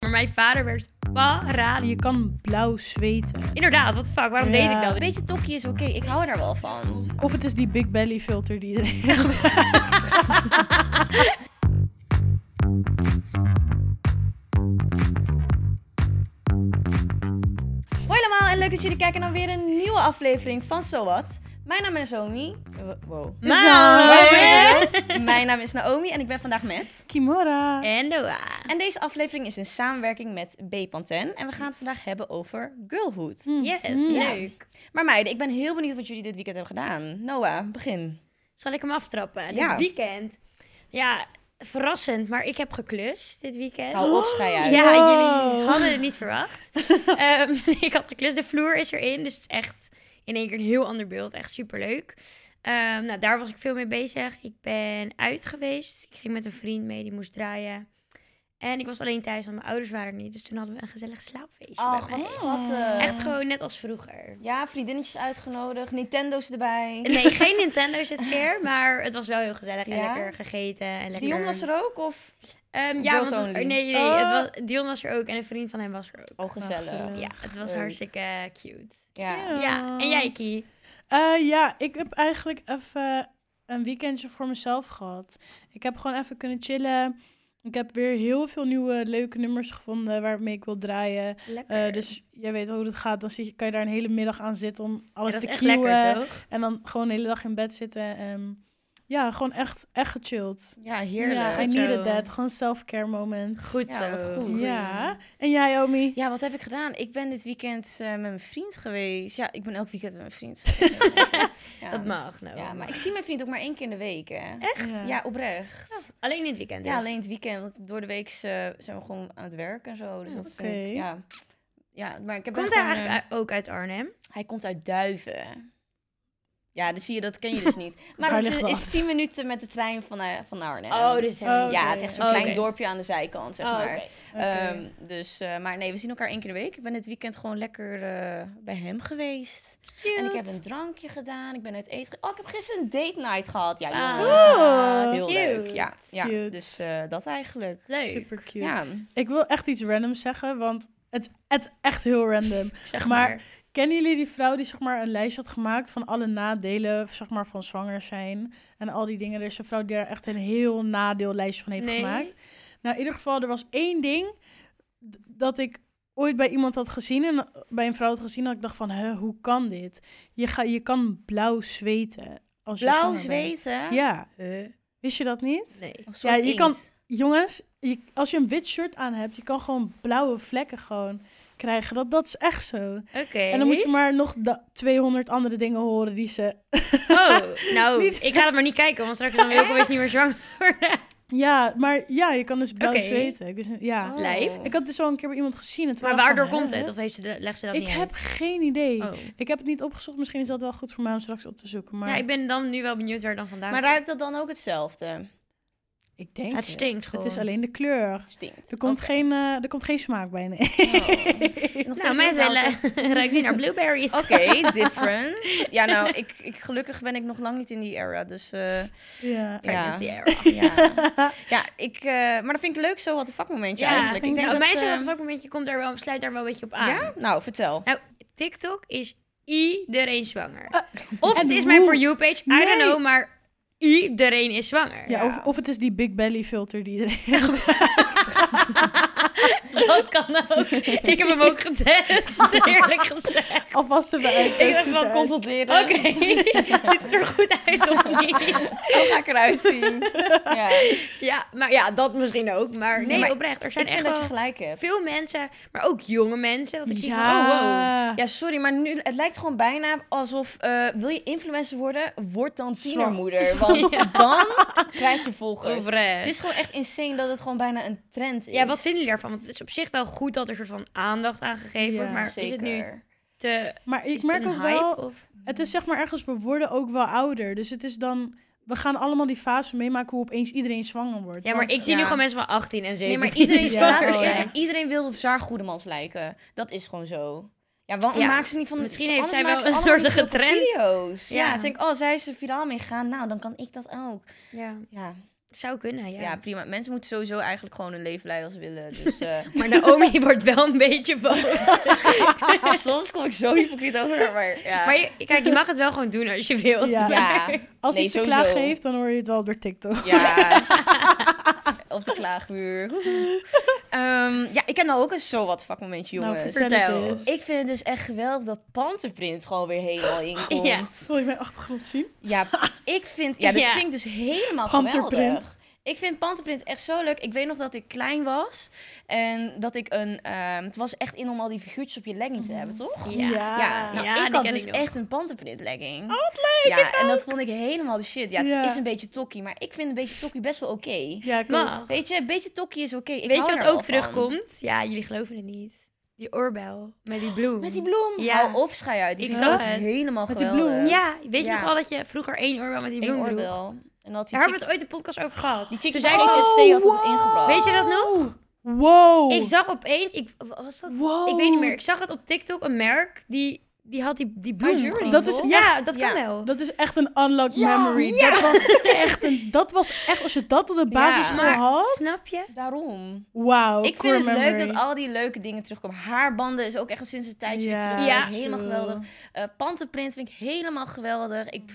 maar mijn vader werd parade. Je kan blauw zweten. Inderdaad, what the fuck, waarom deed ik dat? Een beetje tokkie is oké, ik hou daar wel van. Of het is die Big Belly filter die iedereen gebruikt. Hoi allemaal en leuk dat jullie kijken naar weer een nieuwe aflevering van So What. Mijn naam is Naomi. Wow. Mijn naam is Naomi en ik ben vandaag met... Kimora. En Noah. En deze aflevering is in samenwerking met B-Panten. En we gaan het vandaag hebben over girlhood. Yes, Ja. leuk. Maar meiden, ik ben heel benieuwd wat jullie dit weekend hebben gedaan. Noah, begin. Zal ik hem aftrappen? Ja. Dit weekend. Ja, verrassend, maar ik heb geklust dit weekend. Hou op, schei uit. Ja, Wow. jullie hadden het niet verwacht. Ik had geklust, de vloer is erin, dus het is echt in één keer een heel ander beeld. Echt superleuk. Nou, daar was ik veel mee bezig. Ik ben uit geweest. Ik ging met een vriend mee, die moest draaien. En ik was alleen thuis, want mijn ouders waren er niet. Dus toen hadden we een gezellig slaapfeestje Ach, bij mij. wat schattig. Echt gewoon net als vroeger. Ja, vriendinnetjes uitgenodigd, Nintendo's erbij. Nee, geen Nintendo's dit keer, maar het was wel heel gezellig en Ja? lekker gegeten. En lekker... Dion was er ook, of? Ja, Girls want, only? nee, Oh. Dion was er ook en een vriend van hem was er ook. Oh, gezellig. gezellig. Ja, het was Leuk. hartstikke cute. Ja. Ja, en jij, Kie? Ja, ik heb eigenlijk even een weekendje voor mezelf gehad. Ik heb gewoon even kunnen chillen. Ik heb weer heel veel nieuwe leuke nummers gevonden waarmee ik wil draaien. Lekker. Dus jij weet hoe het gaat. Dan kan je daar een hele middag aan zitten om alles dat te is echt cueën. lekker, toch? En dan gewoon de hele dag in bed zitten. Ja, gewoon echt gechilled. Ja, heerlijk. Ja, I Goed needed zo. that. Gewoon self-care moment. Goed Ja, zo. wat goed. Ja. En jij, Omi? Ja, wat heb ik gedaan? Ik ben dit weekend met mijn vriend geweest. Ja, ik ben elk weekend met mijn vriend. Ja. Dat mag, nou. Ja, maar ik zie mijn vriend ook maar 1 keer in de week, hè. Echt? Ja, oprecht. Alleen in het weekend dus. Ja, alleen het weekend. Want door de week zijn we gewoon aan het werk en zo. Dus dat vind Oké. ik, ja. Ja, maar ik heb Komt wel hij gewoon, eigenlijk ook uit Arnhem? hij komt uit Duiven. Ja, dat zie je, dat ken je dus niet. Maar Waar het ligt is dat? 10 minuten met de trein van Arnhem. Oh, dus Oh, Ja, oké. het is echt zo'n Oh, klein oké. dorpje aan de zijkant, zeg Oh, maar. oké. Oké. Maar nee, we zien elkaar 1 keer in de week. Ik ben dit weekend gewoon lekker bij hem geweest. En ik heb een drankje gedaan. Ik ben uit eten. Oh, ik heb gisteren een date night gehad. Ja, Ah, jongens. Heel cute. leuk. Ja, ja. Cute. Dus dat eigenlijk. Leuk. Super cute. Ja. Ik wil echt iets randoms zeggen, want het is echt heel random. Zeg Maar- maar. Kennen jullie die vrouw die zeg maar een lijstje had gemaakt van alle nadelen zeg maar, van zwanger zijn en al die dingen? Er is een vrouw die daar echt een heel nadeellijstje van heeft Nee. gemaakt. Nou, in ieder geval, er was 1 ding dat ik ooit bij iemand had gezien en bij een vrouw had gezien dat ik dacht van, hoe kan dit? Je kan blauw zweten als je Blauw zwanger bent. zweten? Ja, Huh? wist je dat niet? Nee. Een soort Ja, je inkt. kan- Jongens, als je een wit shirt aan hebt, je kan gewoon blauwe vlekken gewoon krijgen. Dat is echt zo. Oké. En dan moet je maar nog 200 andere dingen horen die ze... Oh, nou, Niet- ik ga het maar niet kijken, want straks dan wil ik opeens niet meer zwanger worden. Ja, maar ja, je kan dus blauw Oké. zweten. Ja. Oh. Lijp. Ik had dus wel een keer bij iemand gezien. En toen Maar dacht ik waardoor van, komt hè? het? Of legt ze dat Ik niet heb uit? geen idee. Oh. Ik heb het niet opgezocht. Misschien is dat wel goed voor mij om straks op te zoeken. Maar Ja, ik ben dan nu wel benieuwd waar het dan vandaan Maar komt. ruikt dat dan ook hetzelfde? ik denk Het stinkt Het is gewoon. alleen de kleur. Het stinkt. Er komt, Oké. er komt geen smaak bij, nee. Oh. Nog steeds Nou, mijn hetzelfde. zellen ruikt nu naar blueberries. Oké, different. Ja, nou, gelukkig ben ik nog lang niet in die era, dus Ja. Pregnancy era. ja. Ja, maar dat vind ik leuk, zo wat een vakmomentje eigenlijk. Ik denk nou, dat, mijn zo'n vakmomentje komt daar wel, sluit daar wel een beetje op aan. ja? Nou, vertel. Nou, TikTok is iedereen zwanger. Uh, Of en het is mijn hoe? For You page, I Nee. don't know, maar iedereen is zwanger. Ja, Ja. of het is die Big Belly filter die iedereen gebruikt. Dat kan ook. Ik heb hem ook getest, eerlijk gezegd. Alvast even Ik dacht uittesten wel thuis. consulteren. Oké, ziet het er goed uit of niet? Hoe ga ik eruit zien? Ja. Ja, maar ja, dat misschien ook. Maar nee, maar oprecht. Er zijn Ik echt vind dat je wel gelijk hebt. veel mensen, maar ook jonge mensen. Dat ik zie van, oh wow. Ja. Ja, sorry, maar nu, het lijkt gewoon bijna alsof, wil je influencer worden, word dan tienermoeder. Want dan krijg je volgers. Oprecht. Het is gewoon echt insane dat het gewoon bijna een trend is. Ja, wat vinden jullie daarvan? Want het is op zich wel goed dat er een soort van aandacht aan gegeven wordt. Ja, Maar Zeker. is het nu te... Maar is ik het merk een ook hype, wel, of? het is zeg maar ergens, we worden ook wel ouder. Dus het is dan, we gaan allemaal die fase meemaken hoe opeens iedereen zwanger wordt. Ja, maar Want- ik zie nu gewoon mensen van 18 en 17. Nee, maar iedereen, Ja, laten we oh, eerlijk ja. zijn, iedereen wil op Saar Goedemans lijken. Dat is gewoon zo. Ja, waarom Ja, maken ze niet van... misschien heeft anders zij maken wel ze een allemaal soortige niet zulke trend. video's. Ja, Ja. dan denk ik, zij is er viraal mee gegaan. Nou, dan kan ik dat ook. Ja. Ja, Zou kunnen, ja. Ja, prima. Mensen moeten sowieso eigenlijk gewoon hun leven leiden als ze willen. Dus Maar Naomi wordt wel een beetje boos. soms kom ik zo hypocriet over, maar ja. Maar kijk, je mag het wel gewoon doen als je wilt. Ja. Ja, Als Nee, hij te sowieso. klagen heeft, dan hoor je het wel door TikTok. ja. Op de klaagmuur. Ja, ik heb nou ook een zo wat vakmomentje, Nou, jongens. vertel vertel. het eens. Ik vind het dus echt geweldig dat Panterprint gewoon weer helemaal inkomt. Ja. Zal ik mijn achtergrond zien? Ja, dit Ja. vind ik dus helemaal Panterprint. geweldig. Ik vind Panterprint echt zo leuk. Ik weet nog dat ik klein was. En dat ik het was echt in om al die figuurtjes op je legging te hebben, toch? Ja. Ja, nou, Ja, ik die had ken dus ik nog. echt een Panterprint legging. Oh, wat leuk! Ja, en dat vond ik helemaal de shit. Ja, het Ja. is een beetje tokkie, maar ik vind een beetje tokkie best wel oké. Ja, ik ook. Mag. Weet je, een beetje tokkie is oké. Ik Weet je hou wat er ook wel van. terugkomt? Ja, jullie geloven het niet. Die oorbel met die bloem. Met die bloem. Ja. Hou op, schei uit. Die Ik vind ik zag ook het. helemaal Met die geweldig. bloem? Ja, weet je Ja. nog wel dat je vroeger 1 oorbel met die Een bloem droeg? oorbel. En dat die Daar hebben chick, we het ooit de podcast over gehad. die chick Toen van zei ik, GTST had het wow. ingebracht. weet je dat nog? Wow. Ik zag opeens, was dat? Wow. Ik weet niet meer. Ik zag het op TikTok, een merk die had die bloem. Marjorie, gewoon. Dat is toch? Ja, dat Ja. kan wel. Dat is echt een unlocked Ja, memory. ja. Dat was echt, als je dat op de basisschool Maar had. snap je? Daarom. Wauw, Ik core vind het memory. leuk dat al die leuke dingen terugkomen. Haarbanden is ook echt sinds een tijdje weer terug. Ja. Helemaal true. geweldig. Panterprint vind ik helemaal geweldig. Ik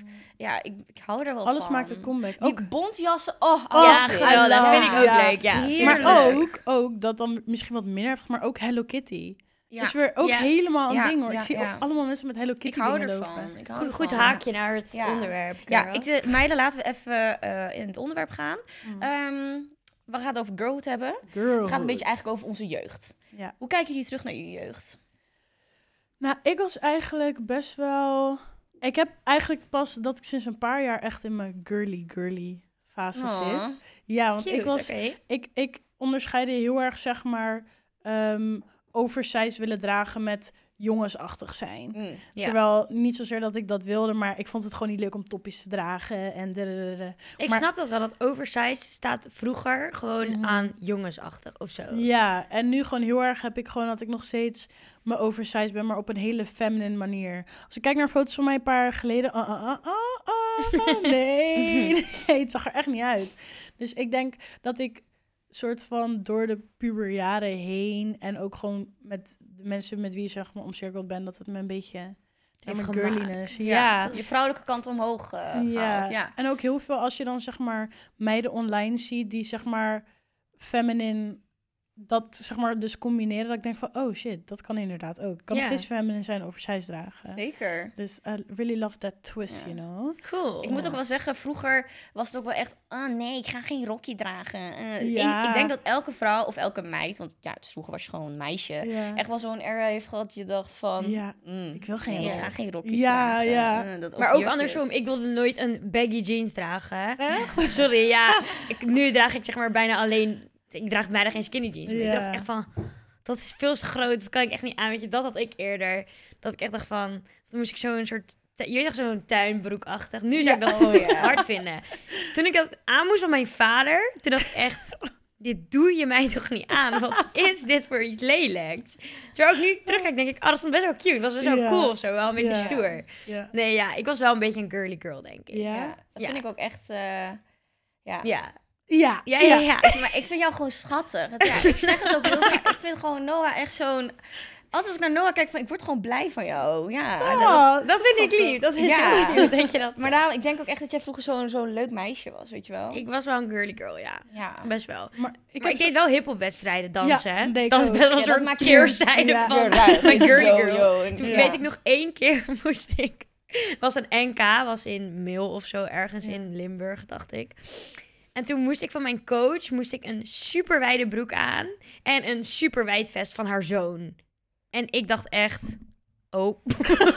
hou er wel Alles van. maakt een comeback. Die Ook, bontjassen, Ja, outfit. geweldig. love Vind ik it. ook Ja. leuk. Ja, Heerlijk. maar Leuk. ook dat dan misschien wat minder heftig, maar ook Hello Kitty. Ja. Is weer ook Ja. helemaal een Ja, ding hoor. ja, Ik zie ja. ook allemaal mensen met Hello Ik Kitty hou dingen ervan. lopen. Ik hou Goed, ervan. goed haakje naar het Ja. onderwerp. Ja, Carol. meiden, laten we even in het onderwerp gaan. Mm. We gaan het over girlhood hebben. Girl. Het gaat een beetje eigenlijk over onze jeugd. Ja. Hoe kijken jullie terug naar je jeugd? Nou, ik was eigenlijk best wel... Ik heb eigenlijk pas dat ik sinds een paar jaar echt in mijn girly fase Aw. zit. Ja, want Cute, ik was... oké. Ik onderscheidde heel erg, zeg maar, oversized willen dragen met jongensachtig zijn. Ja. Terwijl, niet zozeer dat ik dat wilde, maar ik vond het gewoon niet leuk om topjes te dragen. En Ik maar- snap dat wel, dat oversized staat vroeger gewoon Mhm. aan jongensachtig of zo. Ja, en nu gewoon heel erg heb ik gewoon dat ik nog steeds me oversized ben, maar op een hele feminine manier. Als ik kijk naar foto's van mij een paar jaar geleden, nee, het zag er echt niet uit. Dus ik denk dat ik soort van door de puberjaren heen en ook gewoon met de mensen met wie je zeg maar omcirkeld ben, dat het me een beetje naar Heeft mijn gemaakt. girliness. Ja. Je vrouwelijke kant omhoog gehaald. Ja. En ook heel veel als je dan zeg maar meiden online ziet die zeg maar feminine dat zeg maar dus combineren, dat ik denk van oh shit, dat kan inderdaad ook. Ik kan nog Ja. steeds feminine zijn, oversized dragen. Zeker. Dus I really love that twist, Ja. you know. Cool. Ik moet ook wel zeggen, vroeger was het ook wel echt... Oh nee, ik ga geen rokje dragen. Ja. Ik denk dat elke vrouw of elke meid... Want ja, dus vroeger was je gewoon een meisje. Ja. Echt wel zo'n era heeft gehad dat je dacht van... Ja, ik wil geen nee, rok. ik ga geen rokjes Ja, dragen. ja. Dat Maar of ook jurkjes. andersom, ik wilde nooit een baggy jeans dragen. Echt? Sorry, ja. Nu draag ik zeg maar bijna alleen... Ik draag bijna geen skinny jeans. meer. Ik Ja. dacht echt van, dat is veel te groot. Dat kan ik echt niet aan. Weet je, dat had ik eerder. Dat ik echt dacht van, dan moest ik zo'n soort... Je weet toch, zo'n tuinbroekachtig. Nu zou ik dat wel Ja. hard vinden. Toen ik dat aan moest van mijn vader, toen dacht ik echt... Dit doe je mij toch niet aan? Wat is dit voor iets lelijks? Terwijl ik nu terugkijk, denk ik... Oh, dat vond best wel cute. Dat was best wel Ja. cool of zo. Wel een beetje Ja. stoer. Ja. Nee, ja. Ik was wel een beetje een girly girl, denk ik. Ja. Ja, dat Ja. vind ik ook echt... ja. Ja. Ja. Ja. Maar ik vind jou gewoon schattig. Ik zeg het ook heel vaak. Ik vind gewoon Noah echt zo'n... Altijd als ik naar Noah kijk, ik word gewoon blij van jou. Ja. Oh, Dat vind ik lief. Dat is Ja. heel lief. Denk je dat? Maar daarom, ik denk ook echt dat jij vroeger zo'n leuk meisje was, weet je wel? Ik was wel een girly girl, ja. Ja. Best wel. Maar Ik, heb ik deed wel hiphopwedstrijden, dansen. Ja, hè. deed ik Dat is ook. best wel een Ja, dat soort maakt je- keerzijde Ja. van Right. mijn girly Yo, girl. yo, en- Toen ja. weet ik nog 1 keer moest ik... was een NK, was in Mil of zo, ergens Ja. in Limburg, dacht ik. En toen moest ik van mijn coach een super wijde broek aan en een super wijd vest van haar zoon. En ik dacht echt, oh.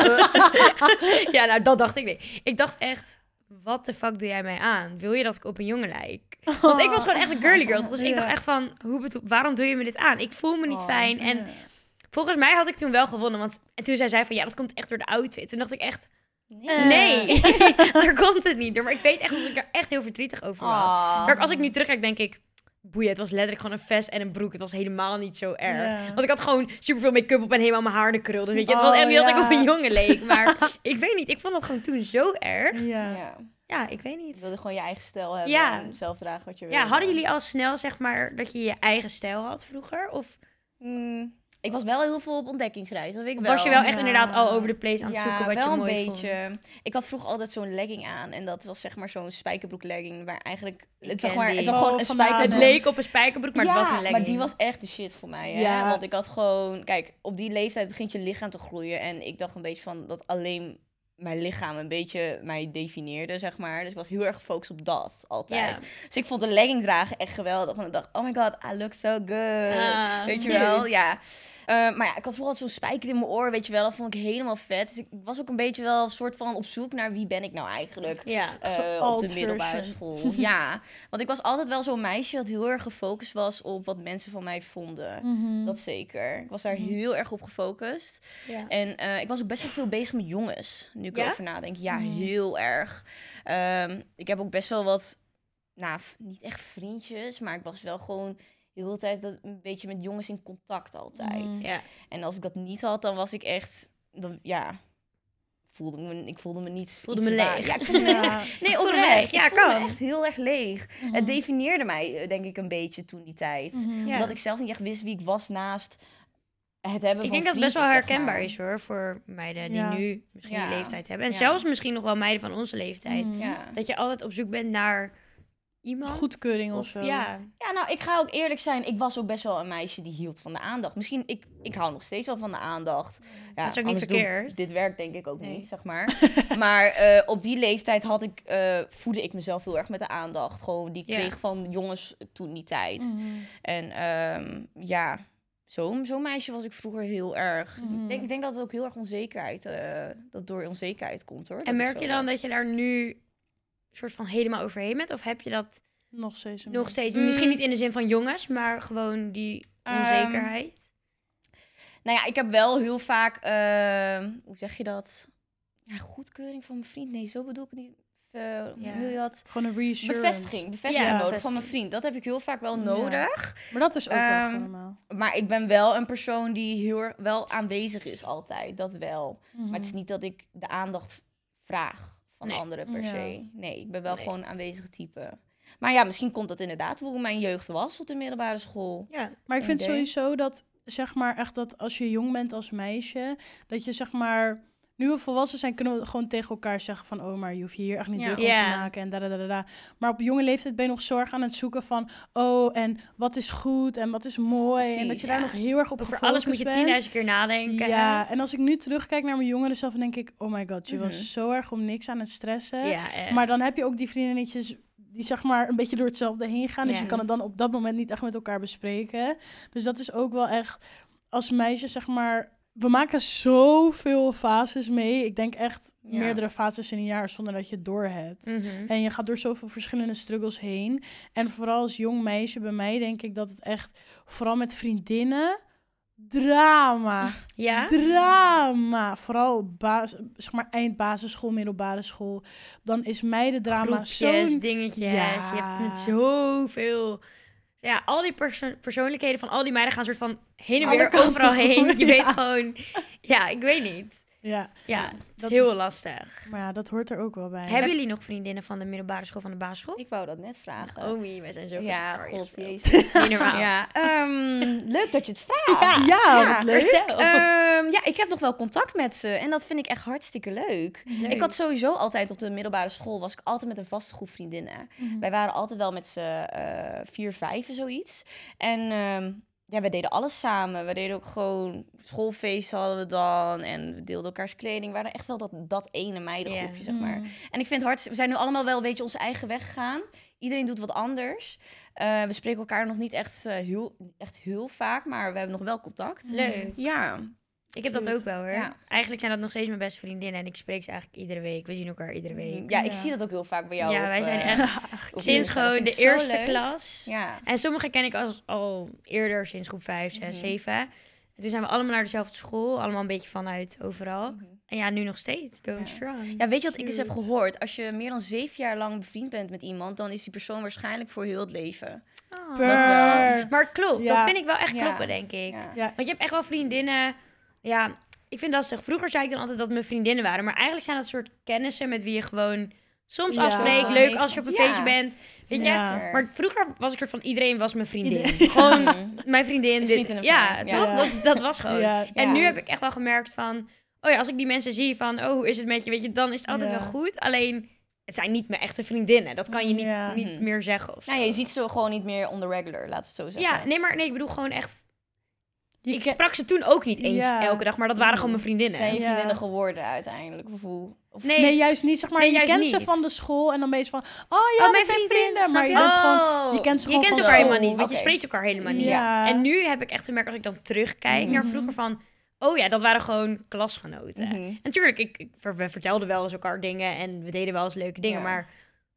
Ja, nou dat dacht ik niet. Ik dacht echt, wat de fuck doe jij mij aan? Wil je dat ik op een jongen lijk? Want ik was gewoon echt een girly girl. Dus ik Ja. dacht echt van, waarom doe je me dit aan? Ik voel me niet Oh, fijn. En volgens mij had ik toen wel gewonnen. Want en toen zei zij van, ja, dat komt echt door de outfit. Toen dacht ik echt, nee, daar komt het niet door. Maar ik weet echt dat ik er echt heel verdrietig over was. Ah. Maar als ik nu terugkijk, denk ik, boeien, het was letterlijk gewoon een vest en een broek. Het was helemaal niet zo erg. Ja. Want ik had gewoon superveel make-up op en helemaal mijn haar de krul. Dus weet je, het Oh, was echt niet dat ik ja. op een jongen leek. Maar ik weet niet, ik vond dat gewoon toen zo erg. Ja. Ja. Ja, ik weet niet. Je wilde gewoon je eigen stijl hebben Ja. en zelf dragen wat je wil. Ja, hadden jullie al snel, zeg maar, dat je je eigen stijl had vroeger? Of Ik was wel heel veel op ontdekkingsreis, dat weet ik of wel. was je wel echt Ja. inderdaad all over the place aan het zoeken wat wel je mooi een beetje. vond? Ik had vroeger altijd zo'n legging aan. En dat was zeg maar zo'n spijkerbroek legging. Waar eigenlijk... Ik Het, zeg ken maar, die. het was gewoon Oh, een vandaar. Het spijkerbroek. leek op een spijkerbroek, maar het was een legging. maar die was echt de shit voor mij. Hè? Ja. Want ik had gewoon... Kijk, op die leeftijd begint je lichaam te groeien. En ik dacht een beetje van dat alleen mijn lichaam een beetje mij definieerde, zeg maar. Dus ik was heel erg gefocust op dat, altijd. Ja. Dus ik vond de legging dragen echt geweldig. Want ik dacht, oh my god, I look so good. Ah, Weet je leuk. wel, ja. Maar ja, ik had vooral zo'n spijker in mijn oor, weet je wel. Dat vond ik helemaal vet. Dus ik was ook een beetje wel een soort van op zoek naar wie ben ik nou eigenlijk. Ja. Zo'n Op alt de middelbare version. school. Ja, want ik was altijd wel zo'n meisje dat heel erg gefocust was op wat mensen van mij vonden. Mhm. Dat zeker. Ik was daar heel erg op gefocust. Ja. En ik was ook best wel veel bezig met jongens, nu ik Ja? erover nadenk. Ja, Mhm. heel erg. Ik heb ook best wel wat, nou, niet echt vriendjes, maar ik was wel gewoon de hele tijd een beetje met jongens in contact altijd. Mhm. Ja. En als ik dat niet had, dan was ik echt, dan, ja, ik voelde me niet... Voelde iets me waar. leeg. Ja, ik voelde me Ja. Nee, voelde me oprecht. leeg. Ja, Ik voelde me kan. echt heel erg leeg. Mhm. Het definieerde mij, denk ik, een beetje toen die tijd. Mhm. Ja. Omdat ik zelf niet echt wist wie ik was naast het hebben Ik van denk dat het best wel vriendjes, zeg herkenbaar maar. is hoor, voor meiden die Ja. nu misschien Ja. die leeftijd hebben. En Ja. zelfs misschien nog wel meiden van onze leeftijd. Mhm. Ja. Dat je altijd op zoek bent naar iemand. Goedkeuring of Of, zo. ja. Ja, nou, ik ga ook eerlijk zijn. Ik was ook best wel een meisje die hield van de aandacht. Misschien, ik hou nog steeds wel van de aandacht. Ja, Dat is ook niet anders doe ik verkeerd. Dit werkt denk ik ook Nee. niet, zeg maar. Maar op die leeftijd voedde ik mezelf heel erg met de aandacht. Gewoon die ik Ja. kreeg van jongens toen die tijd. Mhm. En ja, zo'n meisje was ik vroeger heel erg. Mhm. Ik denk dat het ook heel erg onzekerheid, dat door onzekerheid komt hoor. En dat ik merk zo je dan was. dat je daar nu soort van helemaal overheen bent? Of heb je dat Nog steeds een nog beetje. steeds? Misschien niet in de zin van jongens, maar gewoon die onzekerheid. Nou ja, ik heb wel heel vaak, hoe zeg je dat? Ja, goedkeuring van mijn vriend. Nee, zo bedoel ik het niet. Hoe noem je dat? Gewoon een reassurance. Bevestiging Ja, nodig van bevestiging. mijn vriend. Dat heb ik heel vaak wel Ja. nodig. Maar dat is ook wel Ehm, gewoon normaal. Maar ik ben wel een persoon die heel erg wel aanwezig is altijd. Dat wel. Maar het is niet dat ik de aandacht vraag van Nee. anderen per Ja. se. Nee, ik ben wel Nee. gewoon een aanwezige type. Maar ja, misschien komt dat inderdaad hoe mijn jeugd was op de middelbare school. Ja. Maar ik Geen vind idee. sowieso dat, zeg maar, echt dat als je jong bent als meisje, dat je, zeg maar, nu we volwassen zijn, kunnen we gewoon tegen elkaar zeggen van, oh, maar je hoeft je hier echt niet Ja. druk om Ja. te maken en da. Maar op jonge leeftijd ben je nog zorg aan het zoeken van, oh, en wat is goed en wat is mooi. En dat Precies, je daar ja. nog heel erg op Voor gefocust alles moet je bent. 10.000 keer nadenken. Ja, en als ik nu terugkijk naar mijn jongere zelf, dan denk ik, oh my god, je Mhm. was zo erg om niks aan het stressen. Ja, echt. Maar dan heb je ook die vriendinnetjes die zeg maar een beetje door hetzelfde heen gaan. Dus Ja. je kan het dan op dat moment niet echt met elkaar bespreken. Dus dat is ook wel echt, als meisje zeg maar, we maken zoveel fases mee. Ik denk echt Ja. meerdere fases in een jaar zonder dat je het door hebt. Mhm. En je gaat door zoveel verschillende struggles heen. En vooral als jong meisje bij mij denk ik dat het echt, vooral met vriendinnen, drama. Ja? Drama. Vooral op zeg maar eind basisschool, middelbare school. Dan is meidendrama Groepjes, zo'n... dingetjes. Ja. Je hebt met zoveel... Ja, al die persoonlijkheden van al die meiden gaan soort van heen en Alle weer kanten overal heen. op, Je ja. weet gewoon... Ja, ik weet niet. Ja, Ja, het dat is heel is- lastig. maar ja, dat hoort er ook wel bij. Hebben jullie nog vriendinnen van de middelbare school, van de basisschool? Ik wou dat net vragen. Omi, wij zijn zo ja, goed elkaar god, gespeeld. jezus. Niet normaal. Ja, leuk dat je het vraagt. Ja, wat leuk. Vertel. Ja, ik heb nog wel contact met ze en dat vind ik echt hartstikke leuk. Leuk. Ik had sowieso altijd op de middelbare school, was ik altijd met een vaste groep vriendinnen. Mhm. Wij waren altijd wel met z'n 4, 5 zoiets. En ja, we deden alles samen. We deden ook gewoon schoolfeesten hadden we dan en we deelden elkaars kleding. We waren echt wel dat ene meidengroepje, zeg maar. Mhm. En ik vind het we zijn nu allemaal wel een beetje onze eigen weg gegaan. Iedereen doet wat anders. We spreken elkaar nog niet echt heel vaak, maar we hebben nog wel contact. Leuk. Ja, Ik heb dat Cute. ook wel hoor. Ja. Eigenlijk zijn dat nog steeds mijn beste vriendinnen en ik spreek ze eigenlijk iedere week. We zien elkaar iedere week. ja, ik Ja. zie dat ook heel vaak bij jou. Ja, op, wij zijn eh, echt op sinds Insta. Dat gewoon vind de ik zo eerste leuk. klas. Ja. En sommige ken ik al eerder, sinds groep 5, 6, Mhm. 7. En toen zijn we allemaal naar dezelfde school. Allemaal een beetje vanuit overal. Mhm. En ja, nu nog steeds. Going Ja. strong. Ja, weet je wat ik eens heb Cute. gehoord? Als je meer dan 7 jaar lang bevriend bent met iemand, dan is die persoon waarschijnlijk voor heel het leven. Ah. Purr. Dat wel. Maar het klopt. Ja. Dat vind ik wel echt Ja. kloppen, denk ik. Ja. Ja. Want je hebt echt wel vriendinnen. Ja, ik vind dat lastig. Vroeger zei ik dan altijd dat mijn vriendinnen waren. Maar eigenlijk zijn dat soort kennissen met wie je gewoon soms Ja. afspreek. Leuk als je op een Ja. feestje bent. Weet je? Ja. Maar vroeger was ik soort van, iedereen was mijn vriendin. Iedereen. Gewoon Mhm. mijn vriendin. Is Dit, vriend en een ja, vriend. toch? Ja. Dat was gewoon. Ja. En Ja. nu heb ik echt wel gemerkt van... Oh ja, als ik die mensen zie van... Oh, hoe is het met je? Weet je, dan is het altijd Ja. wel goed. Alleen, het zijn niet mijn echte vriendinnen. Dat kan je niet, Ja. niet Mhm. meer zeggen of zo. Nou, je ziet ze gewoon niet meer on the regular, laten we het zo zeggen. Ja, nee, ik bedoel gewoon echt... Je Ik ken- sprak ze toen ook niet eens Ja. elke dag. Maar dat waren gewoon mijn Ze vriendinnen. zijn je Ja. vriendinnen geworden uiteindelijk. Of Nee, Nee, juist niet. Zeg maar, Nee, je juist kent ze niet. van de school en dan ben je van... Oh ja, Oh, we mijn zijn vriendin, vrienden. snap Maar je je? bent gewoon... Je kent ze Je gewoon kent van elkaar school. helemaal niet, want je Oké. spreekt elkaar helemaal niet. Ja. En nu heb ik echt gemerkt, als ik dan terugkijk naar Mhm. vroeger van... Oh ja, dat waren gewoon klasgenoten. Mhm. En natuurlijk, we vertelden wel eens elkaar dingen en we deden wel eens leuke dingen. Ja. Maar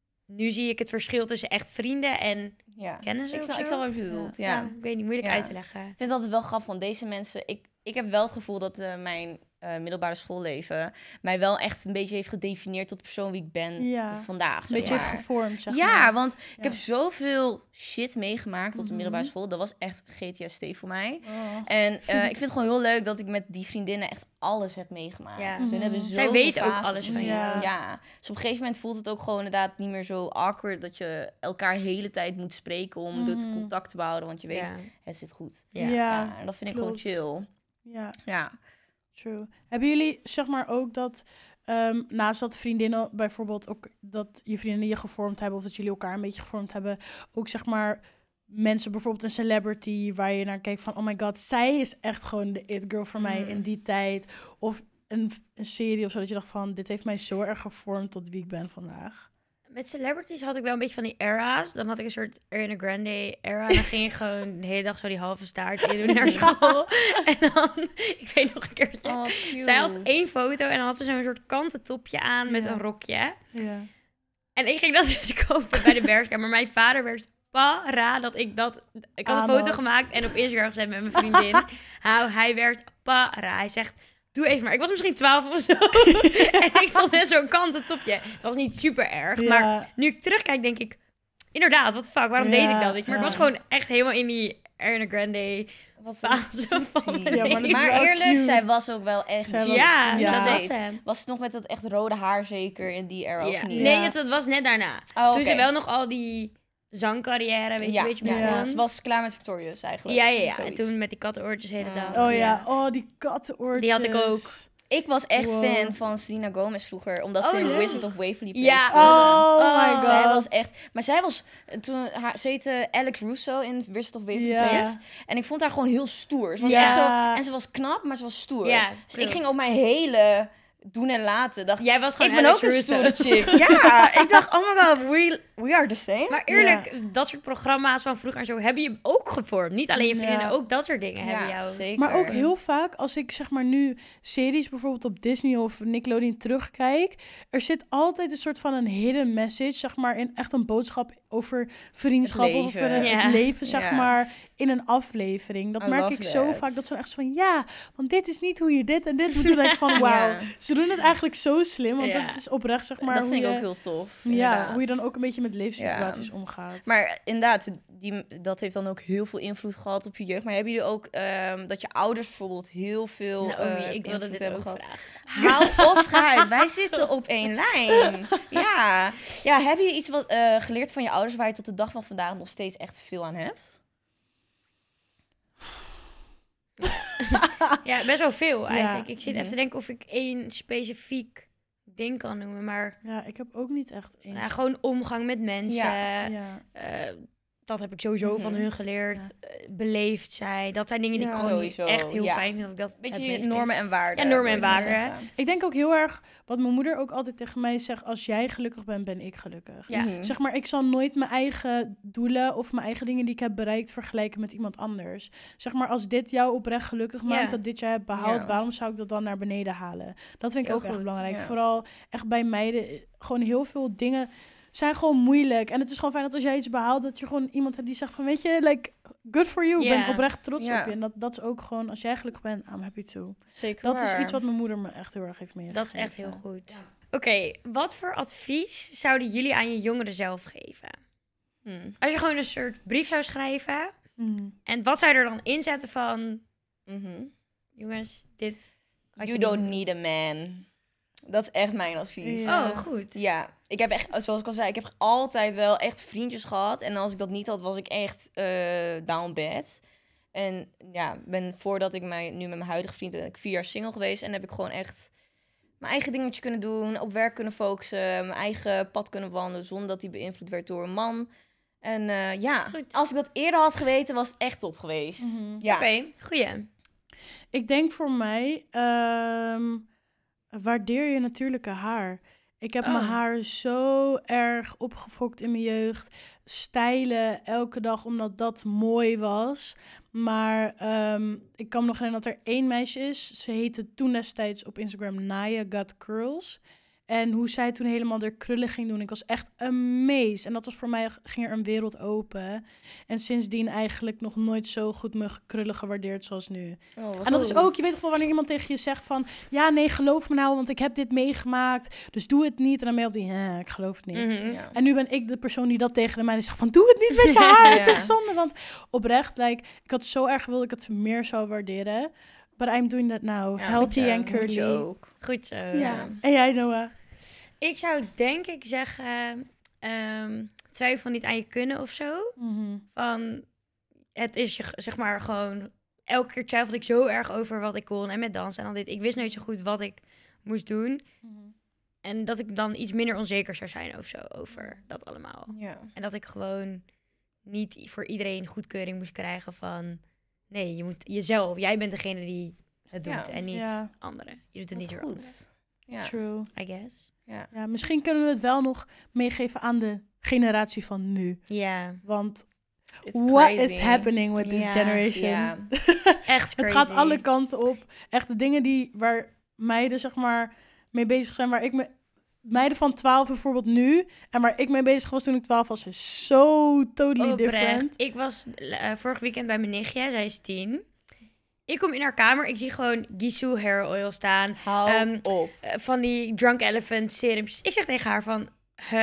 nu zie ik het verschil tussen echt vrienden en Ja. kennen ze Ik of snap, zo. ik snap wat je bedoelt, ja. Ik weet niet, moeilijk Ja. uit te leggen. Ik vind het altijd wel grappig, want deze mensen... Ik heb wel het gevoel dat mijn middelbare schoolleven... mij wel echt een beetje heeft gedefinieerd tot de persoon wie ik ben Ja. vandaag. Een zeg beetje maar. heeft gevormd, zeg Ja, maar. want ik Ja. heb zoveel shit meegemaakt op de Mhm. middelbare school. Dat was echt GTST voor mij. Oh. En ik vind het gewoon heel leuk dat ik met die vriendinnen echt alles heb meegemaakt. Ja. Hun hebben Mhm. zoveel Zij weten ook fases alles van gezien. jou. Ja. Dus op een gegeven moment voelt het ook gewoon inderdaad niet meer zo awkward... dat je elkaar de hele tijd moet spreken om het Mhm. contact te behouden. Want je weet, Ja. het zit goed. Ja. Ja, en dat vind ik klopt. gewoon chill. Ja, Ja. true. Hebben jullie, zeg maar, ook dat... naast dat vriendinnen bijvoorbeeld ook... dat je vriendinnen je gevormd hebben... of dat jullie elkaar een beetje gevormd hebben... ook, zeg maar... mensen, bijvoorbeeld een celebrity... waar je naar kijkt van... oh my god, zij is echt gewoon de it girl voor mij in die tijd. Of een serie of zo... dat je dacht van... dit heeft mij zo erg gevormd tot wie ik ben vandaag. Met celebrities had ik wel een beetje van die era's. Dan had ik een soort Ariana Grande era. En dan ging je gewoon de hele dag zo die halve staart in doen naar school. En dan, ik weet nog een keertje. Oh, wat cute. Zij had 1 foto en dan had ze zo'n soort kanten topje aan met Ja. een rokje. Ja. En ik ging dat dus kopen bij de Bershka. Maar mijn vader werd para dat ik dat... Ik had een Aan foto had. gemaakt en op Instagram gezet met mijn vriendin. Hij werd para. Hij zegt... Doe even maar. Ik was misschien 12 of zo. En ik stond met zo'n kanten topje. Het was niet super erg. Ja. Maar nu ik terugkijk, denk ik... Inderdaad, wat fuck, waarom deed ik dat? Weet je? Maar ik was gewoon echt helemaal in die Ariana Grande Wat fase van Ja, maar dat is maar wel eerlijk, cute. zij was ook wel echt... Zij lief. was- ja, ja. dat Nog was steeds. hem. Was het nog met dat echt rode haar zeker in die era Ja. of niet? Nee, Ja. het was net daarna. Oh, Toen ze oké. wel nog al die zangcarrière, weet je, Ja, een beetje ja, begon. ja. Ze was klaar met Victorious eigenlijk. Ja. En Zoiets. toen met die kattenoortjes de hele dag. Oh ja, oh, die kattenoortjes. Die had ik ook. Ik was echt Wow. fan van Selena Gomez vroeger, omdat ze Oh, in ja. Wizard of Waverly Place Ja. speelde. Oh my god. Zij was echt... Maar zij was... Ze heette Alex Russo in Wizard of Waverly Ja. Place. En ik vond haar gewoon heel stoer. Ze was Ja. echt zo, en ze was knap, maar ze was stoer. Ja, Dus ik ging op mijn hele doen en laten. Dacht, Jij was gewoon ik ben Alex ook een Russo. stoere chick. Ja, ik dacht, oh my god, we are the same. Maar eerlijk, dat soort programma's van vroeger en zo hebben je ook gevormd. Niet alleen je vriendinnen, Ja. ook dat soort dingen hebben jou. zeker. Maar ook heel vaak, als ik zeg maar nu series bijvoorbeeld op Disney of Nickelodeon terugkijk, er zit altijd een soort van een hidden message, zeg maar, in echt een boodschap over vriendschap, Het over leven. Ja. het leven, zeg Ja. maar, in een aflevering. Dat I merk love ik zo that. vaak, dat ze echt zo van, ja, want dit is niet hoe je dit en dit moet doen. Dan denk ik van, wauw, Ja. ze doen het eigenlijk zo slim, want Ja. dat is oprecht, zeg maar, dat hoe vind ik je, ook heel tof. ja, inderdaad. hoe je dan ook een beetje met levenssituaties omgaat. Maar inderdaad, dat heeft dan ook heel veel invloed gehad op je jeugd. Maar hebben jullie ook dat je ouders bijvoorbeeld heel veel Naomi, ik wilde invloed dit hebben ook gehad? vragen. Hou op, schuit. Wij zitten op één lijn. Ja. Ja, heb je iets wat geleerd van je ouders waar je tot de dag van vandaag nog steeds echt veel aan hebt? Ja, best wel veel eigenlijk. Ja. Ik zit even te denken of ik één specifiek ding kan noemen. Maar Ja, ik heb ook niet echt één. nou, gewoon omgang met mensen. Ja. Dat heb ik sowieso van Mhm. hun geleerd. Ja. Beleefd zijn. Dat zijn dingen die Ja. ik gewoon Sowieso, echt heel ja. fijn vind. Dat ik dat heb Beetje meegekregen. normen en waarden. Ja, normen en wil ik maar waarden, zeggen. Ik denk ook heel erg, wat mijn moeder ook altijd tegen mij zegt, als jij gelukkig bent, ben ik gelukkig. Ja. Mhm. Zeg maar, ik zal nooit mijn eigen doelen of mijn eigen dingen die ik heb bereikt vergelijken met iemand anders. Zeg maar, als dit jou oprecht gelukkig maakt, Ja. dat dit jij hebt behaald, Ja. waarom zou ik dat dan naar beneden halen? Dat vind ik Heel ook echt goed, belangrijk. ja. Vooral echt bij meiden, gewoon heel veel dingen zijn gewoon moeilijk. En het is gewoon fijn dat als jij iets behaalt, dat je gewoon iemand hebt die zegt van, weet je, like, good for you. Ik Ja. ben oprecht trots Ja. op je. En dat is ook gewoon, als jij gelukkig bent, I'm happy too. Zeker Dat is waar. iets wat mijn moeder me echt heel erg heeft meegegeven. Dat is echt heel goed. Oké, wat voor advies zouden jullie aan je jongeren zelf geven? Hmm. Als je gewoon een soort brief zou schrijven. Mm. En wat zou je er dan inzetten van... Mhm. Jongens, dit... had je You niet don't moeten need a man. Dat is echt mijn advies. Ja. Oh, goed. Ja, ik heb echt, zoals ik al zei, ik heb altijd wel echt vriendjes gehad. En als ik dat niet had, was ik echt down bad. En ja, voordat ik nu met mijn huidige vriend ben ik 4 jaar single geweest. En heb ik gewoon echt mijn eigen dingetje kunnen doen, op werk kunnen focussen, mijn eigen pad kunnen wandelen, zonder dat die beïnvloed werd door een man. En Goed. als ik dat eerder had geweten, was het echt top geweest. Ja. Oké, goeie. Ik denk voor mij, waardeer je natuurlijke haar. Ik heb mijn haar zo erg opgefokt in mijn jeugd. Stijlen elke dag, omdat dat mooi was. Maar ik kan me nog herinneren dat er 1 meisje is. Ze heette toen destijds op Instagram Naya Got Curls. En hoe zij toen helemaal de krullen ging doen. Ik was echt amazed. En dat was voor mij, ging er een wereld open. En sindsdien eigenlijk nog nooit zo goed mijn krullen gewaardeerd zoals nu. Oh, En dat is ook, je weet toch wel wanneer iemand tegen je zegt van... Ja, nee, geloof me nou, want ik heb dit meegemaakt. Dus doe het niet. En dan ben je op die, ik geloof het niet. Mhm. Ja. En nu ben ik de persoon die dat tegen de meiden zegt van... Doe het niet met je haar, het Ja. is zonde. Want oprecht, ik had zo erg gewild dat ik het meer zou waarderen. But I'm doing that now. Ja, Healthy moet je- and moet curly. je ook. Goed zo. Ja. En jij, Noah? Ik zou denk ik zeggen, twijfel niet aan je kunnen of zo. Van, het is je, zeg maar gewoon, elke keer twijfelde ik zo erg over wat ik kon en met dansen en al dit. Ik wist nooit zo goed wat ik moest doen. En dat ik dan iets minder onzeker zou zijn of zo over dat allemaal. Ja. En dat ik gewoon niet voor iedereen goedkeuring moest krijgen van... Nee, je moet jezelf. Jij bent degene die het doet Ja. en niet Ja. anderen. Je doet het Dat niet is voor anderen, goed. Ja. True. I guess. Ja. Ja, misschien kunnen we het wel nog meegeven aan de generatie van nu. Ja, Want It's what crazy. is happening with this Ja. generation? Ja. echt crazy. Het gaat alle kanten op. Echt de dingen waar meiden zeg maar mee bezig zijn, waar ik me... Meiden van 12 bijvoorbeeld nu, en waar ik mee bezig was toen ik 12 was, is so totally different. Ik was vorig weekend bij mijn nichtje, zij is 10. Ik kom in haar kamer, ik zie gewoon Gisou hair oil staan. Hou op. Van die Drunk Elephant serums. Ik zeg tegen haar van,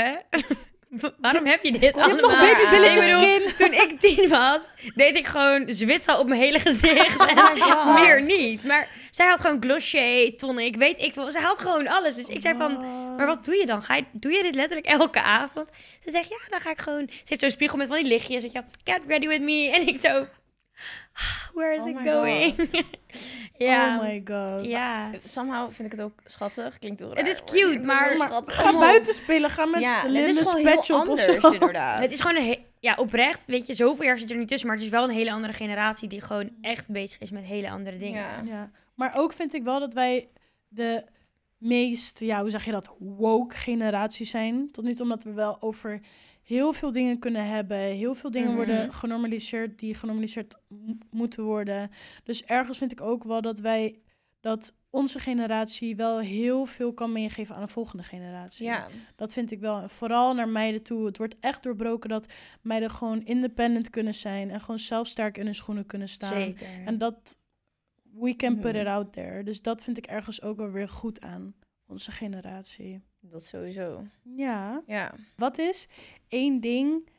waarom heb je dit Je hebt allemaal? nog babybilletjes Ik bedoel, skin. Toen ik 10 was, deed ik gewoon zwitsal op mijn hele gezicht. Oh my en God. meer niet. Maar zij had gewoon Glossier, tonic, weet ik veel. Zij had gewoon alles. Dus ik zei van, maar wat doe je dan? Doe je dit letterlijk elke avond? Ze zegt, ja, dan ga ik gewoon... Ze heeft zo'n spiegel met van die lichtjes. Weet je, get ready with me. En ik zo, where is Oh it my going? ja. Oh my god. Ja. Somehow vind ik het ook schattig. Klinkt heel raar. Het is hoor. cute, Ik vind het maar- heel Maar schattig. ga buiten spelen, ga met Ja, de het is Linda's gewoon Pet heel Shop of anders, zo. inderdaad. Het is gewoon ja, oprecht, weet je, zoveel jaar zit er niet tussen, maar het is wel een hele andere generatie die gewoon echt bezig is met hele andere dingen. Ja. Ja, maar ook vind ik wel dat wij de meest, ja, hoe zeg je dat, woke generatie zijn. Tot nu toe omdat we wel over heel veel dingen kunnen hebben. Heel veel dingen worden genormaliseerd die genormaliseerd moeten worden. Dus ergens vind ik ook wel dat onze generatie wel heel veel kan meegeven aan de volgende generatie. Ja. Dat vind ik wel. En vooral naar meiden toe. Het wordt echt doorbroken dat meiden gewoon independent kunnen zijn. En gewoon zelf sterk in hun schoenen kunnen staan. Zeker. En dat, we can put it out there. Dus dat vind ik ergens ook wel weer goed aan onze generatie. Dat sowieso. Ja. Ja. Wat is één ding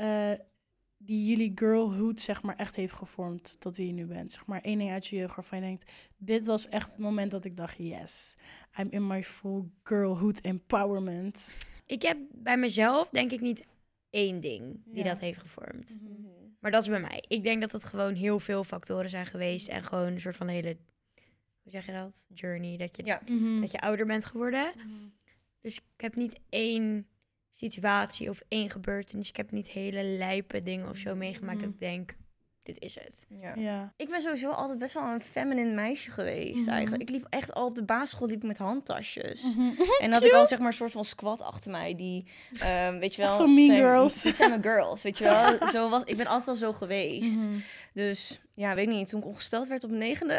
die jullie girlhood zeg maar echt heeft gevormd tot wie je nu bent? Zeg maar één ding uit je jeugd waarvan je denkt, dit was echt het moment dat ik dacht, yes, I'm in my full girlhood empowerment. Ik heb bij mezelf denk ik niet één ding die Ja. dat heeft gevormd. Maar dat is bij mij. Ik denk dat het gewoon heel veel factoren zijn geweest en gewoon een soort van hele, hoe zeg je dat? Journey, dat je, Ja. dat je ouder bent geworden. Dus ik heb niet één situatie of één gebeurtenis. Ik heb niet hele lijpe dingen of zo meegemaakt dat ik denk, dit is het. Ja. Ja. Ik ben sowieso altijd best wel een feminine meisje geweest eigenlijk. Ik liep echt al op de basisschool liep ik met handtasjes. En had ik al zeg maar een soort van squad achter mij die, weet je wel. Echt zo mean girls. Dit zijn mijn girls, weet je wel. Ik ben altijd al zo geweest. Dus ja, weet niet, toen ik ongesteld werd op 9e.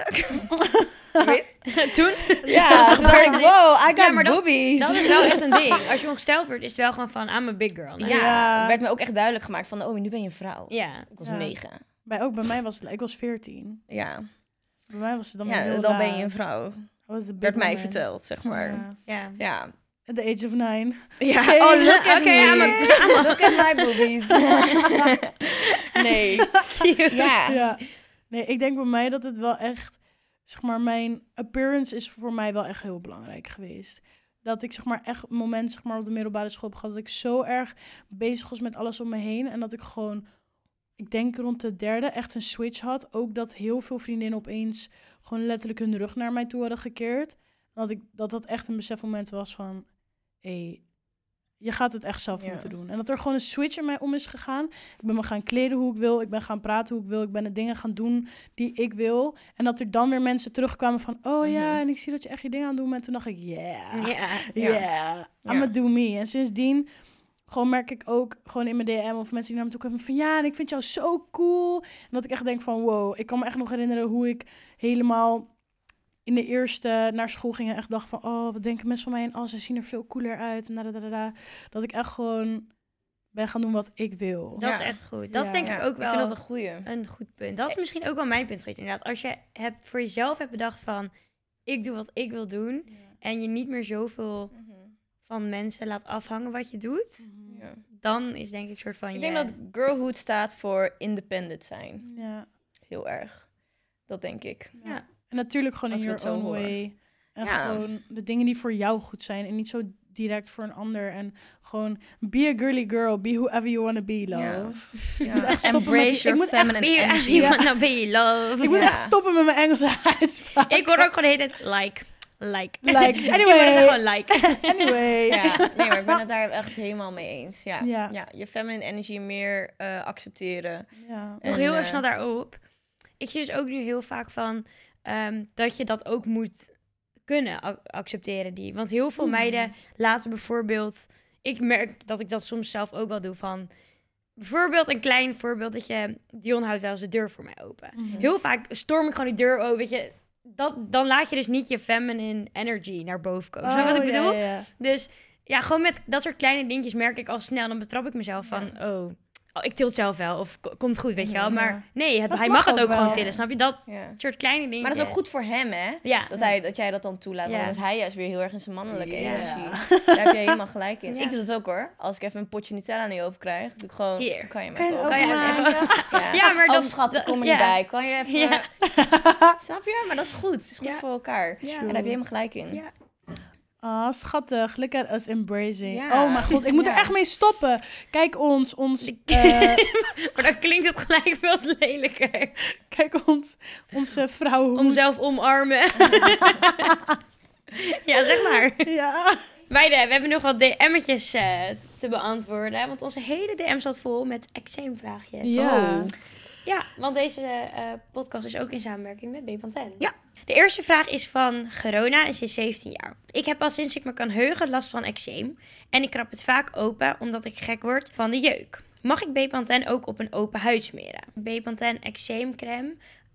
Toen? Ja, toen dacht ik, wow, I got Ja, maar boobies. Dat is wel echt een ding. Als je ongesteld wordt, is het wel gewoon van, I'm a big girl. Ja, Ja. werd me ook echt duidelijk gemaakt van, oh, nu ben je een vrouw. Ja. Ik was Ja. 9. Bij mij was het, ik was 14. Ja, Bij mij was het dan ja heel dan ben je laat. een vrouw. I was the big Werd mij woman. verteld, zeg maar. Ja. Ja. Ja. At the age of 9. Ja, Oké. oh, look at Oké, me. Look at my boobies. Nee. Ja. Ja. Nee, ik denk bij mij dat het wel echt zeg maar, mijn appearance is voor mij wel echt heel belangrijk geweest. Dat ik zeg maar echt een moment zeg maar, op de middelbare school heb gehad dat ik zo erg bezig was met alles om me heen. En dat ik gewoon, ik denk rond de 3e, echt een switch had. Ook dat heel veel vriendinnen opeens gewoon letterlijk hun rug naar mij toe hadden gekeerd. Dat echt een besefmoment was van, hé, je gaat het echt zelf moeten doen. En dat er gewoon een switch in mij om is gegaan. Ik ben me gaan kleden hoe ik wil. Ik ben gaan praten hoe ik wil. Ik ben de dingen gaan doen die ik wil. En dat er dan weer mensen terugkwamen van, oh ja, en ik zie dat je echt je dingen aan het doen bent. Toen dacht ik, I'ma do me. En sindsdien gewoon merk ik ook gewoon in mijn DM of mensen die naar me toe komen van, ja, en ik vind jou zo cool. En dat ik echt denk van, wow, ik kan me echt nog herinneren hoe ik helemaal in de eerste naar school ging en echt dacht van, oh, wat denken mensen van mij? En oh, ze zien er veel cooler uit. En dat ik echt gewoon ben gaan doen wat ik wil. Dat is echt goed. Dat denk ik ook wel. Ik vind dat een goed punt. Dat is misschien ook wel mijn punt geweest, inderdaad. Als je voor jezelf hebt bedacht van, ik doe wat ik wil doen. Ja. En je niet meer zoveel van mensen laat afhangen wat je doet. Ja. Dan is denk ik een soort van... Ik denk dat girlhood staat voor independent zijn. Ja. Heel erg. Dat denk ik. Ja. En natuurlijk gewoon in your own way. En gewoon de dingen die voor jou goed zijn. En niet zo direct voor een ander. En gewoon be a girly girl. Be whoever you want to be, love. Ik moet echt stoppen Embrace your feminine energy. You want to be love. Ik moet echt stoppen met mijn Engelse uitspraak. Ik hoor ook gewoon de hele tijd like. Anyway. Gewoon like. Anyway. Ja, nee, maar ik ben het daar echt helemaal mee eens. Ja, je feminine energy meer accepteren. Ja. Nog heel erg snel daarop. Ik zie dus ook nu heel vaak van dat je dat ook moet kunnen accepteren. Want heel veel meiden laten bijvoorbeeld... Ik merk dat ik dat soms zelf ook wel doe van... Bijvoorbeeld een klein voorbeeld dat Dion houdt wel eens de deur voor mij open. Heel vaak storm ik gewoon die deur open, weet je... Dan laat je dus niet je feminine energy naar boven komen. Snap je wat ik bedoel? Ja. Dus ja, gewoon met dat soort kleine dingetjes merk ik al snel. Dan betrap ik mezelf van, ik til het zelf wel. Of komt goed, weet je wel. Maar nee, hij mag het ook gewoon tillen. Snap je? Dat soort kleine dingetjes. Maar dat is ook goed voor hem, hè? Ja. Dat jij dat dan toelaat. Want dan is hij juist weer heel erg in zijn mannelijke energie. Daar heb je helemaal gelijk in. Ja. Ik doe dat ook, hoor. Als ik even een potje Nutella niet open krijg, doe ik gewoon... Hier. Kan je me Ja, maar dat... schat, ik kom er niet bij. Kan je even... Snap je? Maar dat is goed. Het is goed voor elkaar. Ja. En daar heb je helemaal gelijk in. Ja. Ah, schattig. Look at us embracing. Ja. Oh mijn god, ik moet er echt mee stoppen. Kijk ons... Maar dan klinkt het gelijk veel lelijker. Kijk onze vrouw... Om zelf omarmen. Ja, zeg maar. Ja. Meiden, we hebben nog wat DM'tjes te beantwoorden. Want onze hele DM zat vol met eczeemvraagjes. Ja. Ja, want deze podcast is ook in samenwerking met Bepanthen. Ja. De eerste vraag is van Gerona en ze is 17 jaar. Ik heb al sinds ik me kan heugen last van eczeem. En ik krab het vaak open omdat ik gek word van de jeuk. Mag ik Bepanthen ook op een open huid smeren? Bepanthen eczeemcrème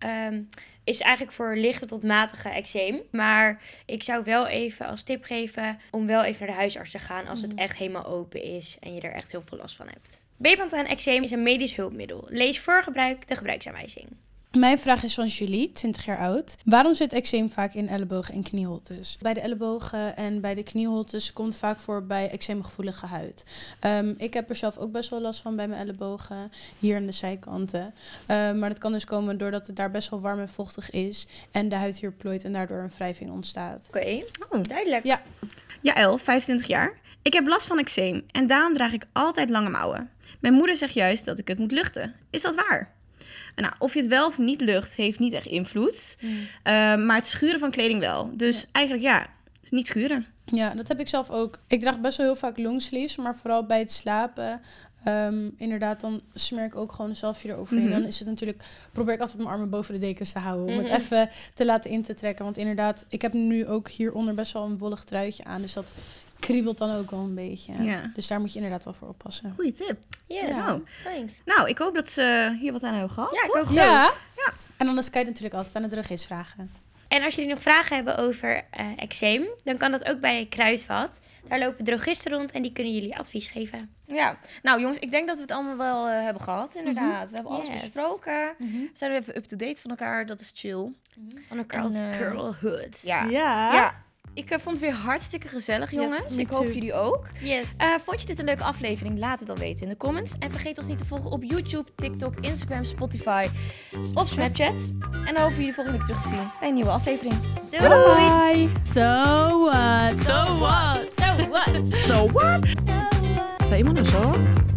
is eigenlijk voor lichte tot matige eczeem. Maar ik zou wel even als tip geven om wel even naar de huisarts te gaan als het echt helemaal open is en je er echt heel veel last van hebt. Bepanthen eczeem is een medisch hulpmiddel. Lees voor gebruik de gebruiksaanwijzing. Mijn vraag is van Julie, 20 jaar oud. Waarom zit eczeem vaak in ellebogen en knieholtes? Bij de ellebogen en bij de knieholtes komt vaak voor bij eczeemgevoelige huid. Ik heb er zelf ook best wel last van bij mijn ellebogen, hier aan de zijkanten. Maar dat kan dus komen doordat het daar best wel warm en vochtig is en de huid hier plooit en daardoor een wrijving ontstaat. Oké, duidelijk. Ja. Jaël, 25 jaar. Ik heb last van eczeem en daarom draag ik altijd lange mouwen. Mijn moeder zegt juist dat ik het moet luchten. Is dat waar? Nou, of je het wel of niet lucht, heeft niet echt invloed. Maar het schuren van kleding wel. Dus eigenlijk is niet schuren. Ja, dat heb ik zelf ook. Ik draag best wel heel vaak longsleeves, maar vooral bij het slapen... inderdaad, dan smeer ik ook gewoon een zalfje eroverheen. Dan is het natuurlijk... Probeer ik altijd mijn armen boven de dekens te houden. Om het even te laten in te trekken. Want inderdaad, ik heb nu ook hieronder best wel een wollig truitje aan. Dus dat kriebelt dan ook wel een beetje. Ja. Dus daar moet je inderdaad wel voor oppassen. Goeie tip. Yes, thanks. Nou, ik hoop dat ze hier wat aan hebben gehad. Ja, ik hoop het Ja. ook. Ja. En anders kan je het natuurlijk altijd aan de drugist vragen. En als jullie nog vragen hebben over eczeem, dan kan dat ook bij Kruidvat. Daar lopen drogisten rond en die kunnen jullie advies geven. Ja, nou jongens, ik denk dat we het allemaal wel hebben gehad, inderdaad. We hebben alles besproken. We zijn nu even up-to-date van elkaar, dat is chill. Van elkaar als girlhood. Ja. Ja. Ik vond het weer hartstikke gezellig, jongens. me Ik hoop too. jullie ook. Yes. Vond je dit een leuke aflevering? Laat het dan weten in de comments. En vergeet ons niet te volgen op YouTube, TikTok, Instagram, Spotify of Snapchat. En dan hopen we jullie volgende week terug te zien bij een nieuwe aflevering. Doei. Bye. So what? So what? So what? Zei iemand er zo?